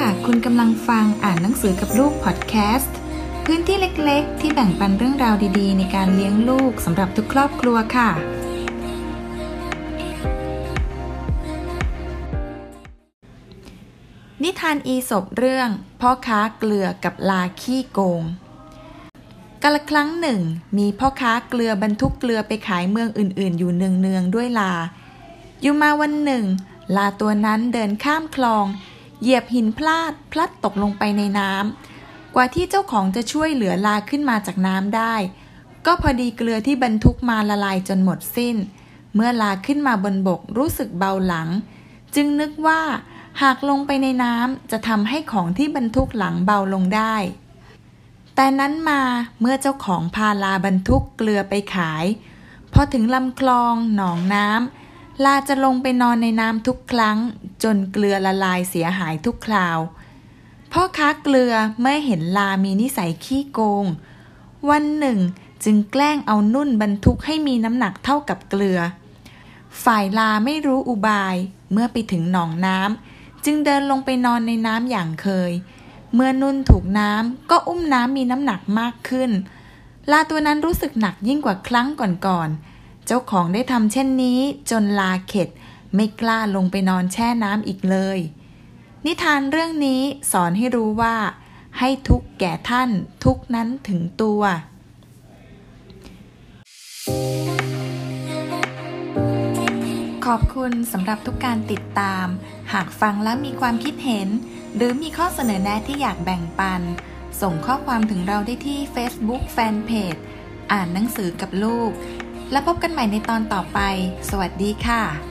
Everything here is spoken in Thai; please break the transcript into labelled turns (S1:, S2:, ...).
S1: คุณกำลังฟังอ่านหนังสือกับลูกพอดแคสต์พื้นที่เล็กๆที่แบ่งปันเรื่องราวดีๆในการเลี้ยงลูกสำหรับทุกครอบครัวค่ะนิทานอีสปเรื่องพ่อค้าเกลือกับลาขี้โกงกาลครั้งหนึ่งมีพ่อค้าเกลือบรรทุกเกลือไปขายเมืองอื่นๆอยู่เนืองๆด้วยลาอยู่มาวันหนึ่งลาตัวนั้นเดินข้ามคลองเหยียบหินพลัดตกลงไปในน้ำกว่าที่เจ้าของจะช่วยเหลือลาขึ้นมาจากน้ำได้ก็พอดีเกลือที่บรรทุกมาละลายจนหมดสิ้นเมื่อลาขึ้นมาบนบกรู้สึกเบาหลังจึงนึกว่าหากลงไปในน้ำจะทำให้ของที่บรรทุกหลังเบาลงได้แต่นั้นมาเมื่อเจ้าของพาลาบรรทุกเกลือไปขายพอถึงลำคลองหนองน้ำลาจะลงไปนอนในน้ำทุกครั้งจนเกลือละลายเสียหายทุกคราวพ่อค้าเกลือเมื่อเห็นลามีนิสัยขี้โกงวันหนึ่งจึงแกล้งเอานุ่นบรรทุกให้มีน้ำหนักเท่ากับเกลือฝ่ายลาไม่รู้อุบายเมื่อไปถึงหนองน้ำจึงเดินลงไปนอนในน้ำอย่างเคยเมื่อนุ่นถูกน้ำก็อุ้มน้ำมีน้ำหนักมากขึ้นลาตัวนั้นรู้สึกหนักยิ่งกว่าครั้งก่อนๆเจ้าของได้ทำเช่นนี้จนลาเข็ดไม่กล้าลงไปนอนแช่น้ำอีกเลยนิทานเรื่องนี้สอนให้รู้ว่าให้ทุกข์แก่ท่านทุกข์นั้นถึงตัวขอบคุณสำหรับทุกการติดตามหากฟังแล้วมีความคิดเห็นหรือมีข้อเสนอแนะที่อยากแบ่งปันส่งข้อความถึงเราได้ที่ Facebook Fanpage อ่านหนังสือกับลูกแล้วพบกันใหม่ในตอนต่อไปสวัสดีค่ะ